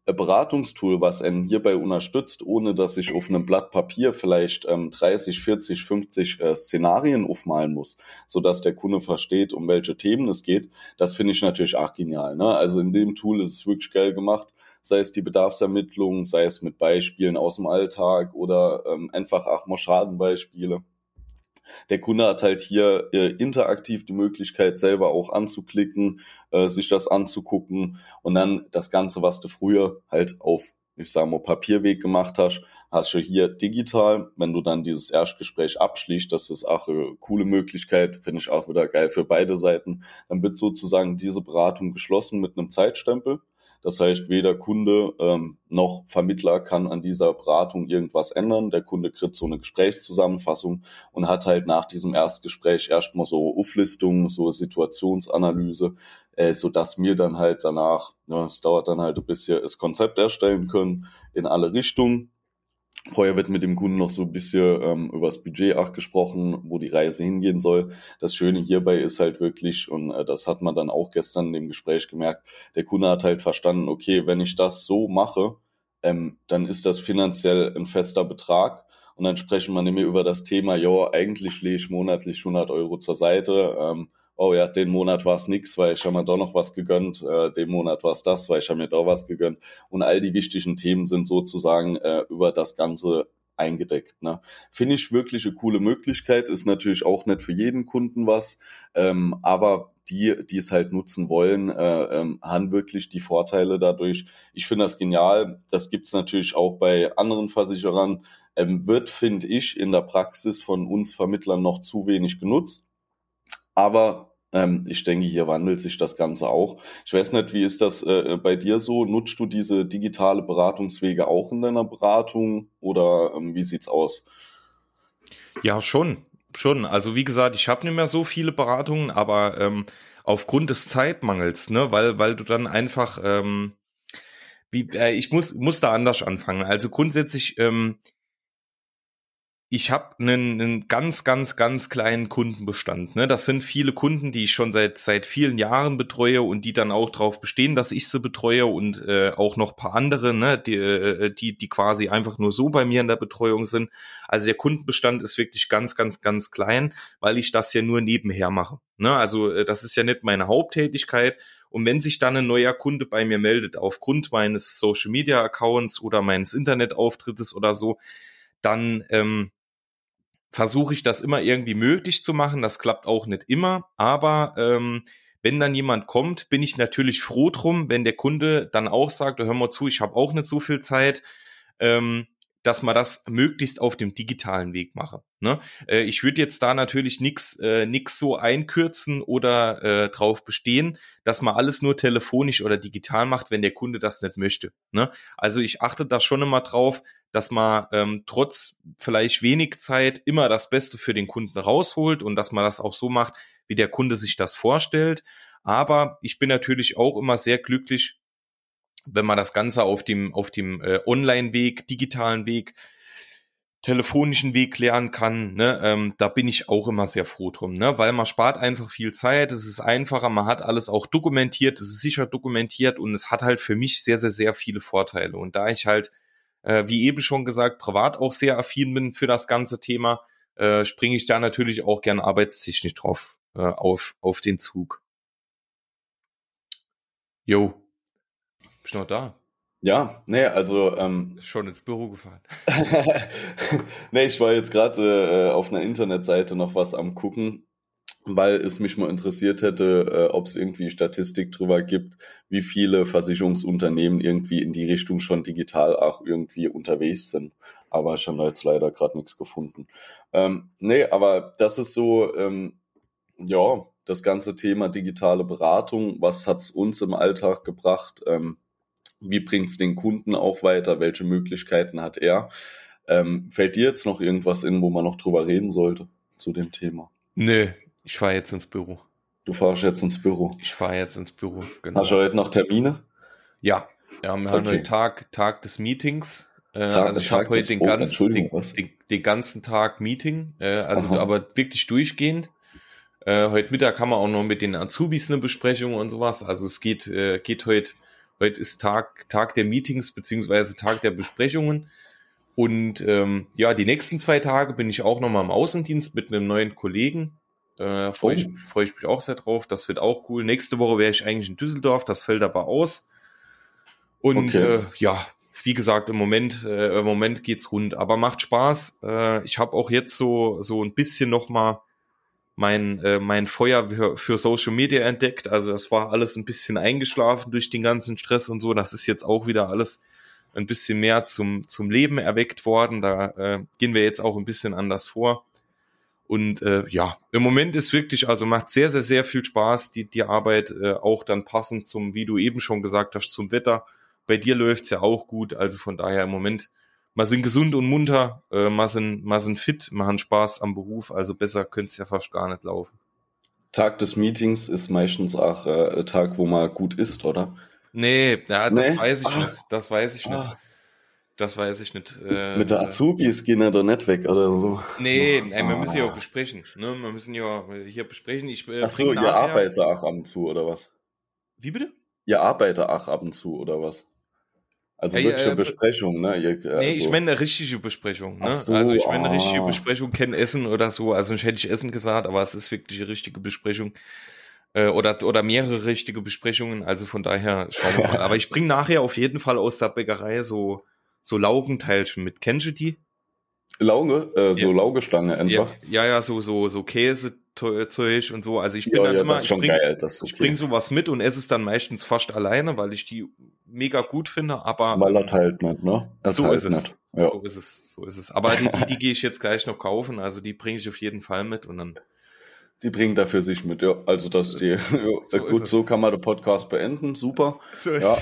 ein Beratungstool, was einen hierbei unterstützt, ohne dass ich auf einem Blatt Papier vielleicht ähm, dreißig, vierzig, fünfzig äh, Szenarien aufmalen muss, sodass der Kunde versteht, um welche Themen es geht, das finde ich natürlich auch genial. Ne? Also in dem Tool ist es wirklich geil gemacht, sei es die Bedarfsermittlung, sei es mit Beispielen aus dem Alltag oder ähm, einfach auch mal Schadenbeispiele. Der Kunde hat halt hier äh, interaktiv die Möglichkeit, selber auch anzuklicken, äh, sich das anzugucken und dann das Ganze, was du früher halt auf, ich sag mal, Papierweg gemacht hast, hast du hier digital. Wenn du dann dieses Erstgespräch abschließt, das ist auch eine coole Möglichkeit, finde ich auch wieder geil für beide Seiten, dann wird sozusagen diese Beratung geschlossen mit einem Zeitstempel. Das heißt, weder Kunde ähm, noch Vermittler kann an dieser Beratung irgendwas ändern. Der Kunde kriegt so eine Gesprächszusammenfassung und hat halt nach diesem Erstgespräch erstmal so Auflistung, so Situationsanalyse, äh, sodass wir dann halt danach, ja, es dauert dann halt ein bisschen, das Konzept erstellen können in alle Richtungen. Vorher wird mit dem Kunden noch so ein bisschen ähm, über das Budget auch gesprochen, wo die Reise hingehen soll. Das Schöne hierbei ist halt wirklich, und äh, das hat man dann auch gestern in dem Gespräch gemerkt, der Kunde hat halt verstanden, okay, wenn ich das so mache, ähm, dann ist das finanziell ein fester Betrag. Und dann sprechen wir nicht mehr über das Thema, ja, eigentlich lege ich monatlich hundert Euro zur Seite, ähm, oh ja, den Monat war es nix, weil ich habe mir doch noch was gegönnt, äh, den Monat war es das, weil ich habe mir doch was gegönnt. Und all die wichtigen Themen sind sozusagen äh, über das Ganze eingedeckt. Ne? Finde ich wirklich eine coole Möglichkeit, ist natürlich auch nicht für jeden Kunden was, ähm, aber die, die es halt nutzen wollen, äh, ähm, haben wirklich die Vorteile dadurch. Ich finde das genial, das gibt's natürlich auch bei anderen Versicherern, ähm, wird, finde ich, in der Praxis von uns Vermittlern noch zu wenig genutzt. Aber ähm, ich denke, hier wandelt sich das Ganze auch. Ich weiß nicht, wie ist das äh, bei dir so? Nutzt du diese digitale Beratungswege auch in deiner Beratung oder ähm, wie sieht's aus? Ja, schon, schon. Also wie gesagt, ich habe nicht mehr so viele Beratungen, aber ähm, aufgrund des Zeitmangels, ne, weil weil du dann einfach, ähm, wie, äh, ich muss muss da anders anfangen. Also grundsätzlich ähm, ich habe einen, einen ganz, ganz, ganz kleinen Kundenbestand. Ne? Das sind viele Kunden, die ich schon seit seit vielen Jahren betreue und die dann auch darauf bestehen, dass ich sie betreue und äh, auch noch paar andere, ne? die, äh, die, die quasi einfach nur so bei mir in der Betreuung sind. Also der Kundenbestand ist wirklich ganz, ganz, ganz klein, weil ich das ja nur nebenher mache. Ne? Also äh, das ist ja nicht meine Haupttätigkeit. Und wenn sich dann ein neuer Kunde bei mir meldet, aufgrund meines Social-Media-Accounts oder meines Internetauftrittes oder so, dann ähm, versuche ich das immer irgendwie möglich zu machen. Das klappt auch nicht immer, aber ähm, wenn dann jemand kommt, bin ich natürlich froh drum, wenn der Kunde dann auch sagt, hör mal zu, ich habe auch nicht so viel Zeit, ähm, dass man das möglichst auf dem digitalen Weg mache. Ne? Äh, ich würde jetzt da natürlich nix, äh, nix so einkürzen oder äh, drauf bestehen, dass man alles nur telefonisch oder digital macht, wenn der Kunde das nicht möchte. Ne? Also ich achte da schon immer drauf, dass man ähm, trotz vielleicht wenig Zeit immer das Beste für den Kunden rausholt und dass man das auch so macht, wie der Kunde sich das vorstellt. Aber ich bin natürlich auch immer sehr glücklich, wenn man das Ganze auf dem auf dem äh, Online-Weg, digitalen Weg, telefonischen Weg klären kann, ne, ähm, da bin ich auch immer sehr froh drum, ne, weil man spart einfach viel Zeit, es ist einfacher, man hat alles auch dokumentiert, es ist sicher dokumentiert und es hat halt für mich sehr, sehr, sehr viele Vorteile. Und da ich halt, äh, wie eben schon gesagt, privat auch sehr affin bin für das ganze Thema, äh, springe ich da natürlich auch gern arbeitstechnisch drauf, äh, auf, auf den Zug. Jo, bist du noch da? Ja, nee, also ähm, Schon ins Büro gefahren. nee, ich war jetzt gerade äh, auf einer Internetseite noch was am gucken, weil es mich mal interessiert hätte, äh, ob es irgendwie Statistik drüber gibt, wie viele Versicherungsunternehmen irgendwie in die Richtung schon digital auch irgendwie unterwegs sind. Aber ich habe da jetzt leider gerade nichts gefunden. Ähm, nee, aber das ist so, ähm, ja, das ganze Thema digitale Beratung. Was hat's uns im Alltag gebracht? Ähm, wie bringt's den Kunden auch weiter? Welche Möglichkeiten hat er? Ähm, fällt dir jetzt noch irgendwas in, wo man noch drüber reden sollte zu dem Thema? Nö, ich fahre jetzt ins Büro. Du fahrst jetzt ins Büro. Ich fahre jetzt ins Büro, genau. Hast du heute noch Termine? Ja, ja, wir haben Okay. heute Tag, Tag des Meetings. Äh, Tag- also ich Tag habe heute des- den, oh, ganz, Entschuldigung, den, was? den, den ganzen Tag Meeting, äh, also Aha. aber wirklich durchgehend. Äh, heute Mittag haben wir auch noch mit den Azubis eine Besprechung und sowas. Also es geht, äh, geht heute Heute ist Tag, Tag der Meetings beziehungsweise Tag der Besprechungen. Und ähm, ja, die nächsten zwei Tage bin ich auch nochmal im Außendienst mit einem neuen Kollegen. Äh, freue ich, freu ich mich auch sehr drauf. Das wird auch cool. Nächste Woche wäre ich eigentlich in Düsseldorf. Das fällt aber aus. Und okay. äh, ja, wie gesagt, im Moment, äh, im Moment geht's rund. Aber macht Spaß. Äh, ich habe auch jetzt so so ein bisschen nochmal mein äh, mein Feuer für, für Social Media entdeckt. Also das war alles ein bisschen eingeschlafen durch den ganzen Stress und so. Das ist jetzt auch wieder alles ein bisschen mehr zum zum Leben erweckt worden. Da äh, gehen wir jetzt auch ein bisschen anders vor. Und äh, ja, im Moment ist wirklich, also macht sehr, sehr, sehr viel Spaß, die die Arbeit, äh, auch dann passend zum, wie du eben schon gesagt hast, zum Wetter. Bei dir läuft's ja auch gut. Also von daher im Moment, wir sind gesund und munter, äh, wir sind, wir sind fit, machen Spaß am Beruf. Also besser könnte es ja fast gar nicht laufen. Tag des Meetings ist meistens auch äh, Tag, wo man gut isst, oder? Nee, ja, das Nee? weiß ich Ah. nicht. Das weiß ich Ah. nicht. Das weiß ich nicht. Äh, Mit der Azubis gehen ja da nicht weg oder so. Nee, oh. nein, wir müssen ja auch besprechen. Ne? Wir müssen ja hier besprechen. Ich äh, Ach so, bring ihr nachher... arbeitet auch ab und zu, oder was? Wie bitte? Ihr arbeitet auch ab und zu, oder was? Also Ja, wirklich ja, eine Besprechung, ne? Ihr, also... Nee, ich meine eine richtige Besprechung. Ne? Ach so, also ich meine eine ah. richtige Besprechung, kein Essen oder so. Also nicht hätte ich Essen gesagt, aber es ist wirklich eine richtige Besprechung. Äh, oder, oder mehrere richtige Besprechungen. Also von daher schauen wir mal. Aber ich bringe nachher auf jeden Fall aus der Bäckerei so, so Laugenteilchen mit. Kennst du die? Lauge? Äh, so Ja. Laugestange einfach? Ja, ja, ja, so, so, so Käsezeug und so. Also ich bin ja, dann ja, immer, das ist schon ich bring, geil, das ist okay. ich bring sowas mit und esse es dann meistens fast alleine, weil ich die mega gut finde, aber. Weil er teilt nicht, ne? Er so teilt ist es. nicht. Ja. So ist es, so ist es. Aber die, die, die gehe ich jetzt gleich noch kaufen, also die bringe ich auf jeden Fall mit und dann. Die bringt er für sich mit, ja. Also dass so, die, ja, so gut, so kann man den Podcast beenden, super. So ja.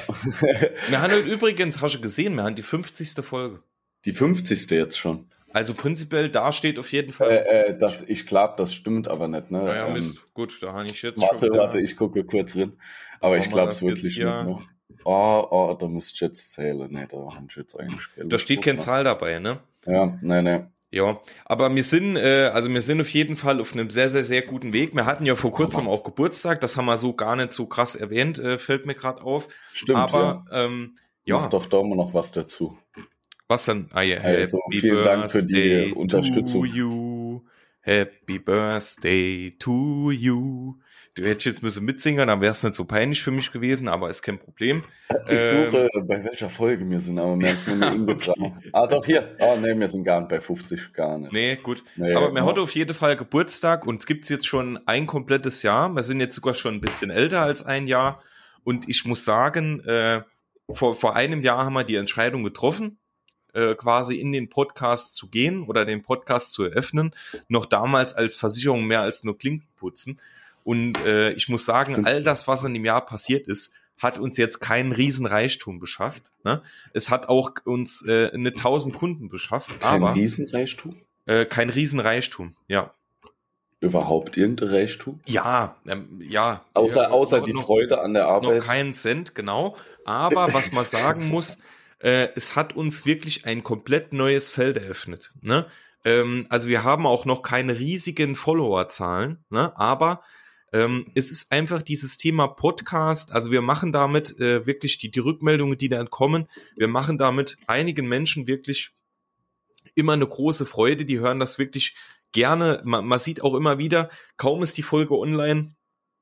Wir haben übrigens, hast du gesehen, wir haben die fünfzigste Folge. Die fünfzigste jetzt schon. Also prinzipiell, da steht auf jeden Fall. Äh, äh, das, ich glaube, das stimmt aber nicht, ne? Ja, ja, ähm, Mist. Gut, da habe ich jetzt warte, schon wieder... warte, ich gucke kurz drin. Aber ich glaube es wirklich nicht, ne? Oh, oh, da müsst ihr jetzt zählen. Ne, da haben wir jetzt eigentlich Da steht keine Zahl dabei, ne? Ja, ne, ne. Ja, aber wir sind, äh, also wir sind auf jeden Fall auf einem sehr, sehr, sehr guten Weg. Wir hatten ja vor kurzem auch Geburtstag, das haben wir so gar nicht so krass erwähnt, äh, fällt mir gerade auf. Stimmt, aber, ja. Ähm, ja. Mach doch da mal noch was dazu. Was dann? Ah, ja, also, Happy vielen Dank für die Birthday Unterstützung. To you. Happy Birthday to you. Du hättest jetzt müssen mitsingen, dann wäre es nicht so peinlich für mich gewesen, aber ist kein Problem. Ich suche, ähm, bei welcher Folge wir sind, aber wir haben es noch nicht umgetragen. Okay. Ah, doch, hier. Oh, ne, wir sind gar nicht bei fünfzig, gar nicht. Nee, gut. Nee, aber wir ja. hatten auf jeden Fall Geburtstag und es gibt jetzt schon ein komplettes Jahr. Wir sind jetzt sogar schon ein bisschen älter als ein Jahr. Und ich muss sagen, äh, vor, vor einem Jahr haben wir die Entscheidung getroffen, äh, quasi in den Podcast zu gehen oder den Podcast zu eröffnen. Noch damals als Versicherung mehr als nur Klinken putzen. Und äh, ich muss sagen, all das, was in dem Jahr passiert ist, hat uns jetzt keinen riesen Reichtum beschafft. Ne? Es hat auch uns äh, eine tausend Kunden beschafft. Kein aber Riesenreichtum? Äh, kein Riesenreichtum, ja. Überhaupt irgendein Reichtum? Ja, ähm, ja. Außer, ja, außer noch, die noch, Freude an der Arbeit? Noch keinen Cent, genau. Aber was man sagen muss, äh, es hat uns wirklich ein komplett neues Feld eröffnet. Ne? Ähm, also wir haben auch noch keine riesigen Followerzahlen, ne? Aber ähm, es ist einfach dieses Thema Podcast, also wir machen damit äh, wirklich die, die Rückmeldungen, die dann kommen, wir machen damit einigen Menschen wirklich immer eine große Freude, die hören das wirklich gerne. Man, man sieht auch immer wieder, kaum ist die Folge online,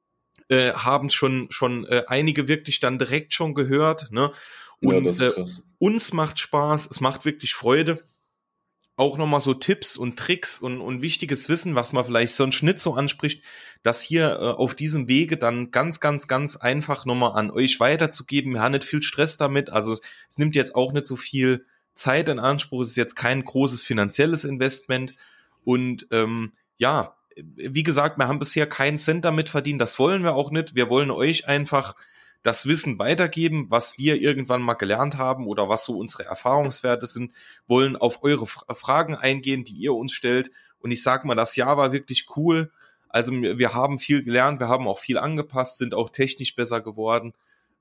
äh, haben schon schon äh, einige wirklich dann direkt schon gehört. Ne? Und ja, äh, uns macht Spaß, es macht wirklich Freude. Auch nochmal so Tipps und Tricks und, und wichtiges Wissen, was man vielleicht sonst nicht so anspricht, das hier äh, auf diesem Wege dann ganz, ganz, ganz einfach nochmal an euch weiterzugeben. Wir haben nicht viel Stress damit, also es nimmt jetzt auch nicht so viel Zeit in Anspruch, es ist jetzt kein großes finanzielles Investment und ähm, ja, wie gesagt, wir haben bisher keinen Cent damit verdient, das wollen wir auch nicht, wir wollen euch einfach das Wissen weitergeben, was wir irgendwann mal gelernt haben oder was so unsere Erfahrungswerte sind, wollen auf eure Fra- Fragen eingehen, die ihr uns stellt und ich sag mal, das Jahr war wirklich cool, also wir haben viel gelernt, wir haben auch viel angepasst, sind auch technisch besser geworden.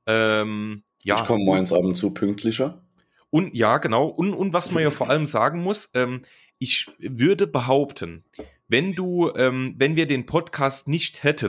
Ähm, ja. Ich komme morgens ab und zu pünktlicher. Und ja, genau. Und, und was man ja vor allem sagen muss, ähm, ich würde behaupten, wenn du, ähm, wenn wir den Podcast nicht hätten,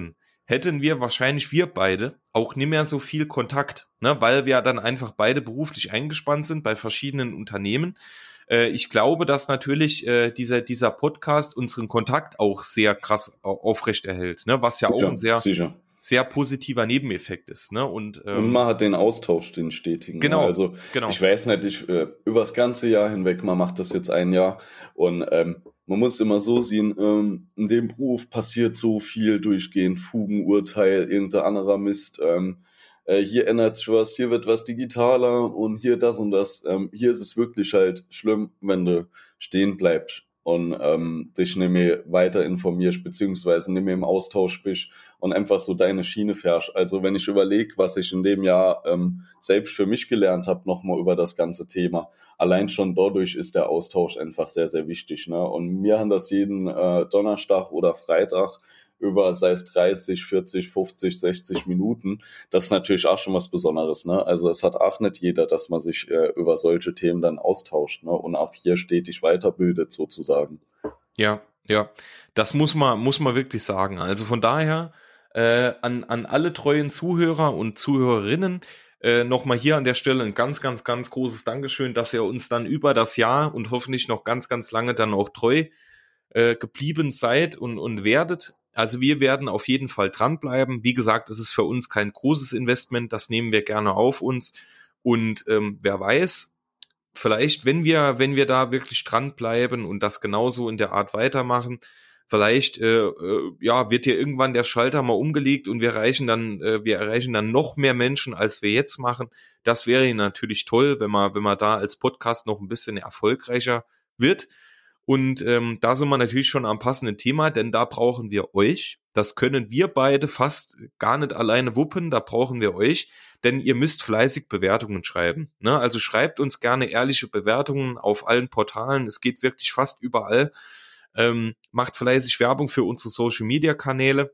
hätten wir wahrscheinlich wir beide auch nicht mehr so viel Kontakt, ne, weil wir dann einfach beide beruflich eingespannt sind bei verschiedenen Unternehmen. Äh, ich glaube, dass natürlich äh, dieser dieser Podcast unseren Kontakt auch sehr krass aufrechterhält, ne, was ja sicher, auch ein sehr sicher. sehr positiver Nebeneffekt ist, ne? Und, ähm, und man hat den Austausch, den stetigen. Genau, ne? Also genau. ich weiß nicht, ich, äh, über das ganze Jahr hinweg, man macht das jetzt ein Jahr und ähm, man muss immer so sehen, ähm, in dem Beruf passiert so viel durchgehend, Fugen, Urteil, irgendein anderer Mist, ähm, äh, hier ändert sich was, hier wird was digitaler und hier das und das. Ähm, hier ist es wirklich halt schlimm, wenn du stehen bleibst und ähm, dich nicht mehr weiter informierst, beziehungsweise nicht mehr im Austausch bist und einfach so deine Schiene fährst. Also wenn ich überlege, was ich in dem Jahr ähm, selbst für mich gelernt habe, nochmal über das ganze Thema, allein schon dadurch ist der Austausch einfach sehr, sehr wichtig. Ne? Und wir haben das jeden äh, Donnerstag oder Freitag über, sei es dreißig, vierzig, fünfzig, sechzig Minuten. Das ist natürlich auch schon was Besonderes. Ne? Also es hat auch nicht jeder, dass man sich äh, über solche Themen dann austauscht, ne? Und auch hier stetig weiterbildet sozusagen. Ja, ja, das muss man, muss man wirklich sagen. Also von daher äh, an, an alle treuen Zuhörer und Zuhörerinnen äh, nochmal hier an der Stelle ein ganz, ganz, ganz großes Dankeschön, dass ihr uns dann über das Jahr und hoffentlich noch ganz, ganz lange dann auch treu äh, geblieben seid und, und werdet. Also wir werden auf jeden Fall dranbleiben. Wie gesagt, es ist für uns kein großes Investment, das nehmen wir gerne auf uns. Und ähm, wer weiß, vielleicht, wenn wir, wenn wir da wirklich dranbleiben und das genauso in der Art weitermachen, vielleicht äh, äh, ja, wird hier irgendwann der Schalter mal umgelegt und wir erreichen dann, äh, wir erreichen dann noch mehr Menschen, als wir jetzt machen. Das wäre natürlich toll, wenn man, wenn man da als Podcast noch ein bisschen erfolgreicher wird. Und ähm, da sind wir natürlich schon am passenden Thema, denn da brauchen wir euch. Das können wir beide fast gar nicht alleine wuppen, da brauchen wir euch, denn ihr müsst fleißig Bewertungen schreiben. Ne? Also schreibt uns gerne ehrliche Bewertungen auf allen Portalen, es geht wirklich fast überall. Ähm, macht fleißig Werbung für unsere Social-Media-Kanäle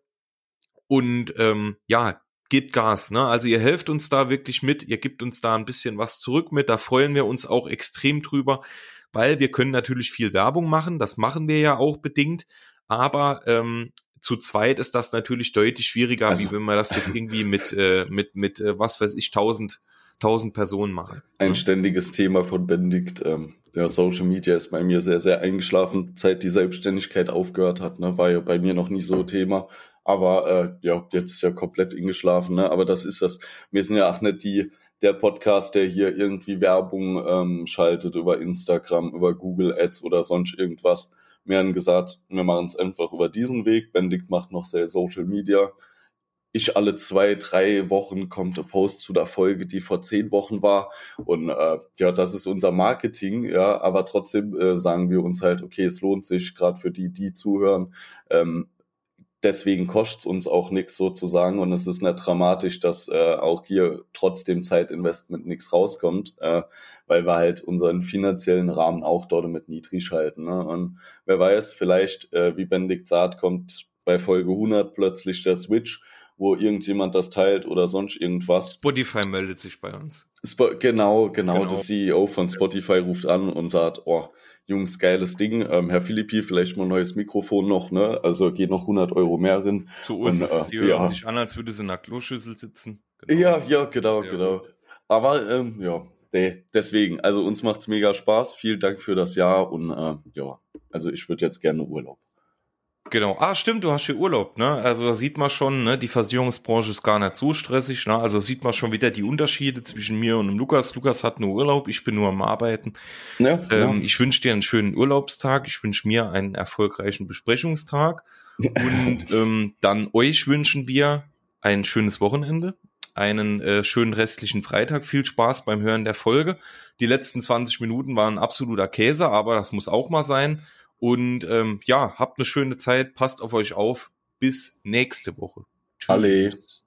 und ähm, ja, gebt Gas. Ne? Also ihr helft uns da wirklich mit, ihr gebt uns da ein bisschen was zurück mit, da freuen wir uns auch extrem drüber, weil wir können natürlich viel Werbung machen, das machen wir ja auch bedingt, aber ähm, zu zweit ist das natürlich deutlich schwieriger, also, wie wenn wir das jetzt irgendwie mit, äh, mit, mit äh, was weiß ich, tausend, tausend Personen machen. Ein ne? ständiges Thema von Benedikt. Ähm, ja, Social Media ist bei mir sehr, sehr eingeschlafen, seit die Selbstständigkeit aufgehört hat. Ne? War ja bei mir noch nie so Thema. Aber äh, ja, jetzt ist ja komplett eingeschlafen. Ne? Aber das ist das. Wir sind ja auch nicht die der Podcast, der hier irgendwie Werbung ähm, schaltet über Instagram, über Google Ads oder sonst irgendwas. Wir haben gesagt, wir machen es einfach über diesen Weg. Benedikt macht noch sehr Social Media. Ich alle zwei, drei Wochen kommt ein Post zu der Folge, die vor zehn Wochen war. Und äh, ja, das ist unser Marketing, ja, aber trotzdem äh, sagen wir uns halt, okay, es lohnt sich, gerade für die, die zuhören. Ähm, deswegen kostet es uns auch nichts sozusagen und es ist nicht dramatisch, dass äh, auch hier trotzdem Zeitinvestment nichts rauskommt, äh, weil wir halt unseren finanziellen Rahmen auch dort mit niedrig halten. Ne? Und wer weiß, vielleicht, äh, wie Benedikt sagt, kommt bei Folge hundert plötzlich der Switch, wo irgendjemand das teilt oder sonst irgendwas. Spotify meldet sich bei uns. Sp- genau, genau, Genau. der C E O von Spotify ruft an und sagt, oh, Jungs, geiles Ding. Ähm, Herr Philippi, vielleicht mal ein neues Mikrofon noch, ne? Also geht noch hundert Euro mehr drin. So ist und, es. Sie äh, hören ja. sich an, als würde sie in einer Kloschüssel sitzen. Genau. Ja, ja, genau, Sehr genau. gut. Aber ähm, ja, nee, deswegen, also uns macht's mega Spaß. Vielen Dank für das Jahr und äh, ja, also ich würde jetzt gerne Urlaub. Genau. Ah, stimmt, du hast hier Urlaub, ne? Also da sieht man schon, ne, die Versicherungsbranche ist gar nicht so stressig, ne? Also sieht man schon wieder die Unterschiede zwischen mir und dem Lukas. Lukas hat nur Urlaub, ich bin nur am Arbeiten. Ja, Ähm, ja. ich wünsche dir einen schönen Urlaubstag, ich wünsche mir einen erfolgreichen Besprechungstag und ähm, dann euch wünschen wir ein schönes Wochenende, einen äh, schönen restlichen Freitag, viel Spaß beim Hören der Folge. Die letzten zwanzig Minuten waren absoluter Käse, aber das muss auch mal sein. Und ähm, ja, habt eine schöne Zeit, passt auf euch auf. Bis nächste Woche. Tschüss. Alle.